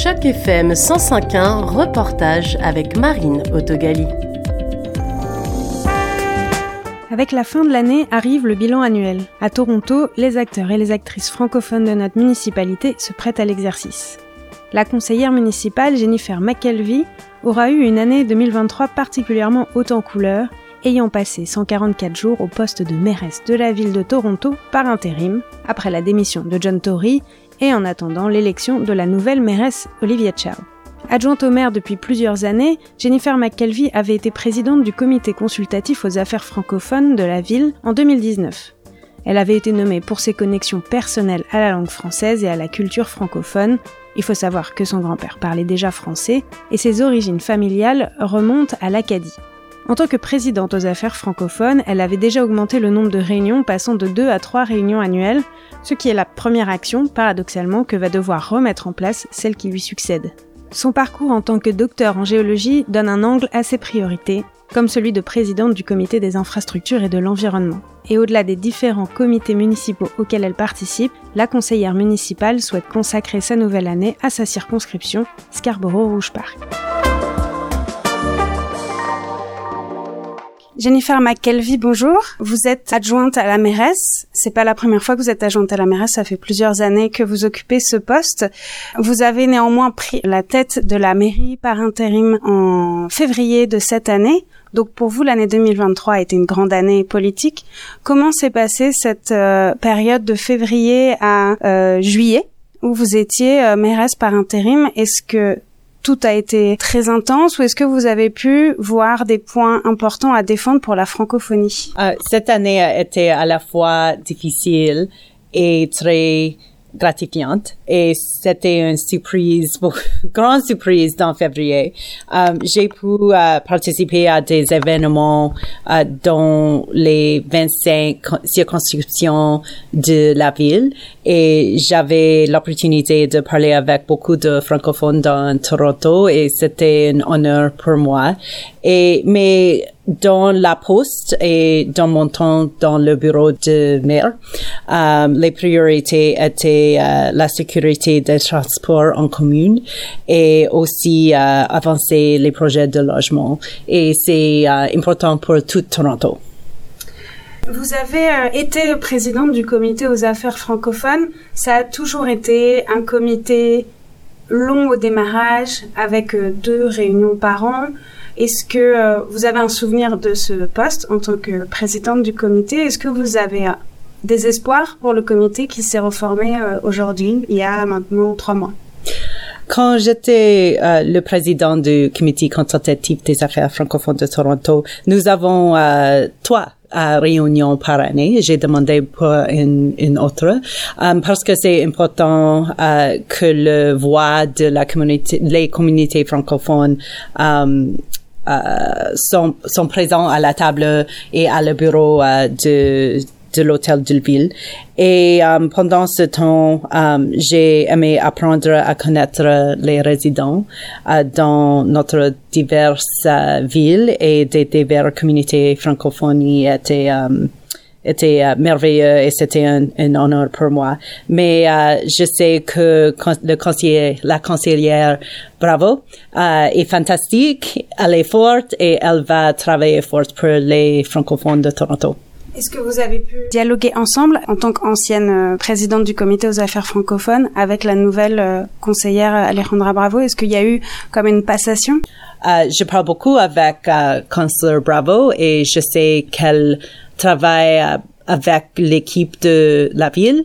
Choc FM 105.1, reportage avec Marine Autogali. Avec la fin de l'année arrive le bilan annuel. À Toronto, les acteurs et les actrices francophones de notre municipalité se prêtent à l'exercice. La conseillère municipale Jennifer McKelvey aura eu une année 2023 particulièrement haute en couleurs, ayant passé 144 jours au poste de mairesse de la ville de Toronto par intérim, après la démission de John Tory et en attendant l'élection de la nouvelle mairesse Olivia Chow. Adjointe au maire depuis plusieurs années, Jennifer McKelvey avait été présidente du comité consultatif aux affaires francophones de la ville en 2019. Elle avait été nommée pour ses connexions personnelles à la langue française et à la culture francophone. Il faut savoir que son grand-père parlait déjà français et ses origines familiales remontent à l'Acadie. En tant que présidente aux affaires francophones, elle avait déjà augmenté le nombre de réunions, passant de 2 à 3 réunions annuelles, ce qui est la première action, paradoxalement, que va devoir remettre en place celle qui lui succède. Son parcours en tant que docteur en géologie donne un angle à ses priorités, comme celui de présidente du comité des infrastructures et de l'environnement. Et au-delà des différents comités municipaux auxquels elle participe, la conseillère municipale souhaite consacrer sa nouvelle année à sa circonscription, Scarborough-Rouge Park. Jennifer McKelvey, bonjour. Vous êtes adjointe à la mairesse. C'est pas la première fois que vous êtes adjointe à la mairesse, ça fait plusieurs années que vous occupez ce poste. Vous avez néanmoins pris la tête de la mairie par intérim en février de cette année. Donc pour vous, l'année 2023 a été une grande année politique. Comment s'est passée cette période de février à juillet où vous étiez mairesse par intérim? Est-ce que tout a été très intense ou est-ce que vous avez pu voir des points importants à défendre pour la francophonie? Cette année a été à la fois difficile et très gratifiante et c'était une surprise, grande surprise dans février. J'ai pu participer à des événements dans les 25 circonscriptions de la ville et j'avais l'opportunité de parler avec beaucoup de francophones dans Toronto et c'était un honneur pour moi. Mais dans la poste et dans mon temps dans le bureau de maire, les priorités étaient la sécurité des transports en commune et aussi avancer les projets de logement. Et c'est important pour tout Toronto. Vous avez été présidente du comité aux affaires francophones. Ça a toujours été un comité long au démarrage avec 2 réunions par an. Est-ce que vous avez un souvenir de ce poste en tant que présidente du comité? Est-ce que vous avez des espoirs pour le comité qui s'est reformé aujourd'hui, il y a maintenant 3 mois? Quand j'étais le président du comité consultatif des affaires francophones de Toronto, nous avons 3 réunions par année. J'ai demandé pour une autre parce que c'est important que le voix de la communauté, les communautés francophones sont présents à la table et à le bureau de l'hôtel de ville. Et pendant ce temps, j'ai aimé apprendre à connaître les résidents dans notre diverses villes et des diverses communautés francophones était merveilleux et c'était un honneur pour moi. Mais je sais que la conseillère Bravo est fantastique, elle est forte et elle va travailler fort pour les francophones de Toronto. Est-ce que vous avez pu dialoguer ensemble en tant qu'ancienne présidente du comité aux affaires francophones avec la nouvelle conseillère Alejandra Bravo? Est-ce qu'il y a eu comme une passation? Je parle beaucoup avec conseillère Bravo et je sais qu'elle travaille avec l'équipe de la ville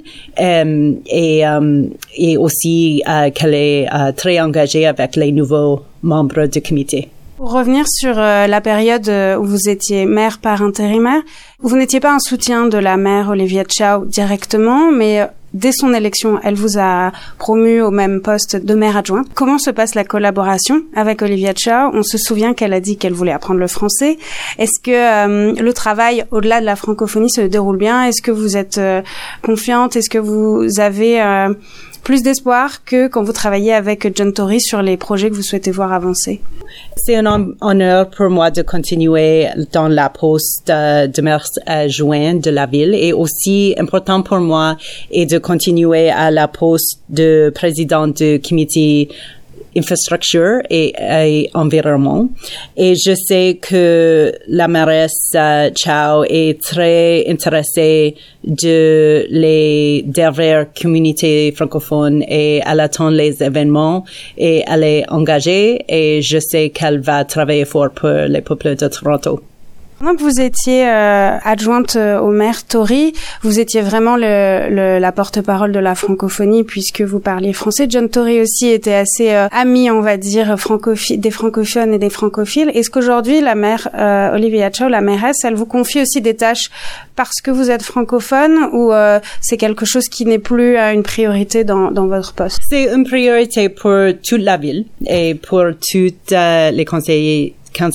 et aussi qu'elle est très engagée avec les nouveaux membres du comité. Pour revenir sur la période où vous étiez maire par intérimaire, vous n'étiez pas un soutien de la maire Olivia Chow directement, mais dès son élection, elle vous a promu au même poste de maire adjointe. Comment se passe la collaboration avec Olivia Chow? On se souvient qu'elle a dit qu'elle voulait apprendre le français. Est-ce que le travail au-delà de la francophonie se déroule bien? Est-ce que vous êtes confiante? Est-ce que vous avez plus d'espoir que quand vous travaillez avec John Tory sur les projets que vous souhaitez voir avancer? C'est un honneur pour moi de continuer dans la poste de maire adjoint de la ville et aussi important pour moi est de continuer à la poste de président du comité infrastructure et environnement. Et je sais que la mairesse Chow est très intéressée de les dernières communautés francophones et elle attend les événements et elle est engagée et je sais qu'elle va travailler fort pour les peuples de Toronto. Pendant que vous étiez adjointe au maire Tory, vous étiez vraiment la porte-parole de la francophonie puisque vous parliez français. John Tory aussi était assez ami, on va dire, des francophones et des francophiles. Est-ce qu'aujourd'hui, la maire Olivia Chow, la mairesse, elle vous confie aussi des tâches parce que vous êtes francophone ou c'est quelque chose qui n'est plus une priorité dans votre poste? C'est une priorité pour toute la ville et pour toutes les conseillers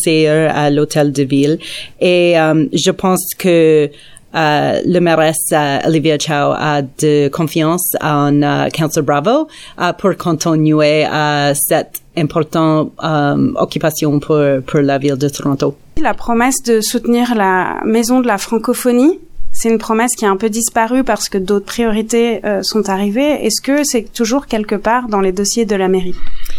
à l'hôtel de ville et je pense que le mairesse Olivia Chow a de confiance en Councillor Bravo pour continuer cette importante occupation pour la ville de Toronto. La promesse de soutenir la maison de la francophonie, c'est une promesse qui a un peu disparu parce que d'autres priorités sont arrivées. Est-ce que c'est toujours quelque part dans les dossiers de la mairie?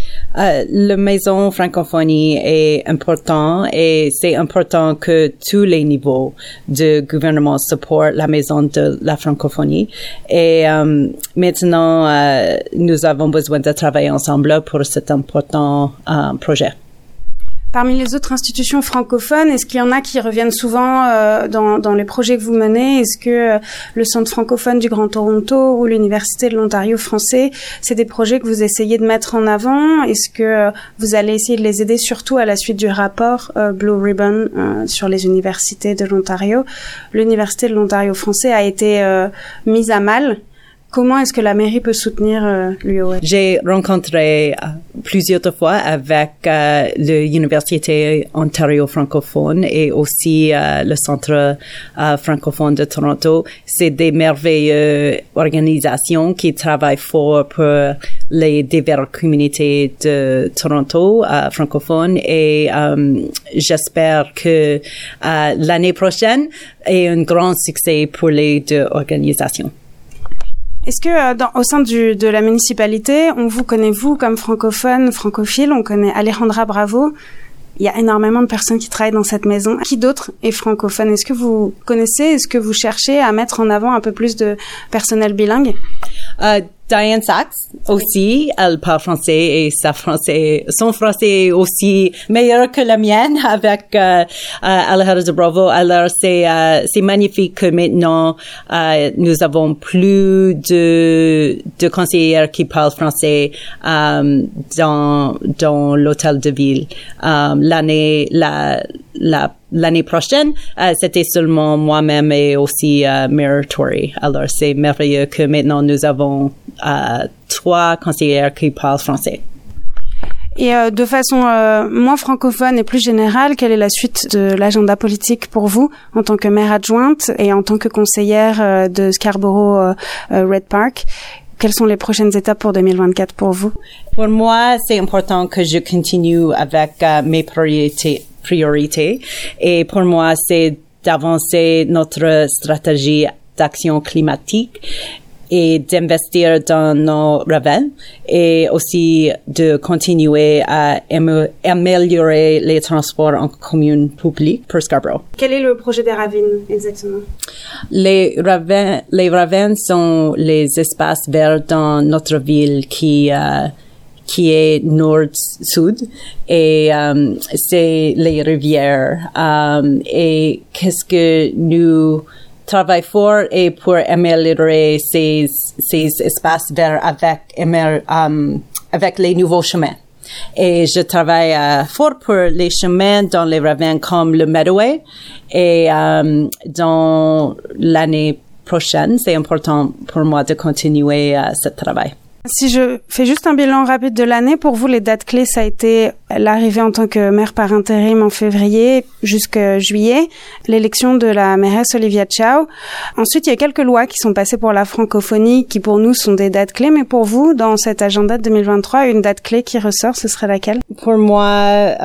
La maison francophonie est important et c'est important que tous les niveaux de gouvernement supportent la maison de la francophonie. Et maintenant, nous avons besoin de travailler ensemble pour cet important projet. Parmi les autres institutions francophones, est-ce qu'il y en a qui reviennent souvent dans les projets que vous menez? Est-ce que le Centre francophone du Grand Toronto ou l'Université de l'Ontario français, c'est des projets que vous essayez de mettre en avant? Est-ce que vous allez essayer de les aider surtout à la suite du rapport Blue Ribbon sur les universités de l'Ontario? L'Université de l'Ontario français a été mise à mal. Comment est-ce que la mairie peut soutenir l'UOF? J'ai rencontré plusieurs fois avec l'Université Ontario francophone et aussi le Centre francophone de Toronto. C'est des merveilleuses organisations qui travaillent fort pour les diverses communautés de Toronto francophones et j'espère que l'année prochaine est un grand succès pour les deux organisations. Est-ce que au sein de la municipalité, on vous connaît vous comme francophone, francophile, on connaît Alejandra Bravo. Il y a énormément de personnes qui travaillent dans cette maison. Qui d'autre est francophone? Est-ce que vous connaissez, est-ce que vous cherchez à mettre en avant un peu plus de personnel bilingue? Diane Sachs aussi, elle parle français et son français est aussi meilleur que la mienne avec Alejandra Bravo. Alors c'est magnifique que maintenant nous avons plus de conseillères qui parlent français dans l'hôtel de ville. L'année prochaine, c'était seulement moi-même et aussi Mayor Tory. Alors, c'est merveilleux que maintenant nous avons 3 conseillères qui parlent français. Et de façon moins francophone et plus générale, quelle est la suite de l'agenda politique pour vous en tant que maire adjointe et en tant que conseillère de Scarborough Red Park? Quelles sont les prochaines étapes pour 2024 pour vous? Pour moi, c'est important que je continue avec mes priorités. Et pour moi, c'est d'avancer notre stratégie d'action climatique et d'investir dans nos ravins et aussi de continuer à améliorer les transports en commun public pour Scarborough. Quel est le projet des ravines exactement? Les ravins sont les espaces verts dans notre ville qui est nord-sud et c'est les rivières et qu'est-ce que nous travaillons fort et pour améliorer ces espaces verts avec les nouveaux chemins. Et je travaille fort pour les chemins dans les ravins comme le Meadoway et dans l'année prochaine, c'est important pour moi de continuer ce travail. Si je fais juste un bilan rapide de l'année, pour vous, les dates clés, ça a été l'arrivée en tant que maire par intérim en février jusqu'à juillet, l'élection de la mairesse Olivia Chow. Ensuite, il y a quelques lois qui sont passées pour la francophonie, qui pour nous sont des dates clés. Mais pour vous, dans cet agenda de 2023, une date clé qui ressort, ce serait laquelle? Pour moi,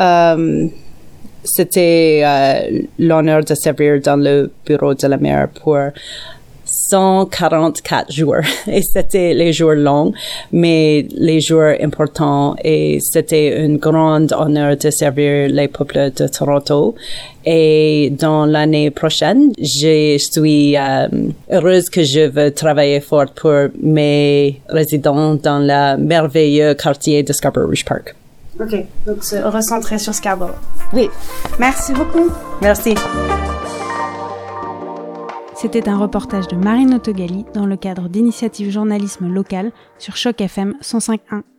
c'était l'honneur de servir dans le bureau de la maire pour 144 jours. Et c'était les jours longs, mais les jours importants. Et c'était un grand honneur de servir les peuples de Toronto. Et dans l'année prochaine, je suis heureuse que je veux travailler fort pour mes résidents dans le merveilleux quartier de Scarborough Rouge Park. Ok, donc se recentrer sur Scarborough. Oui. Merci beaucoup. Merci. C'était un reportage de Marine Autogali dans le cadre d'Initiative Journalisme Local sur Choc FM 105.1.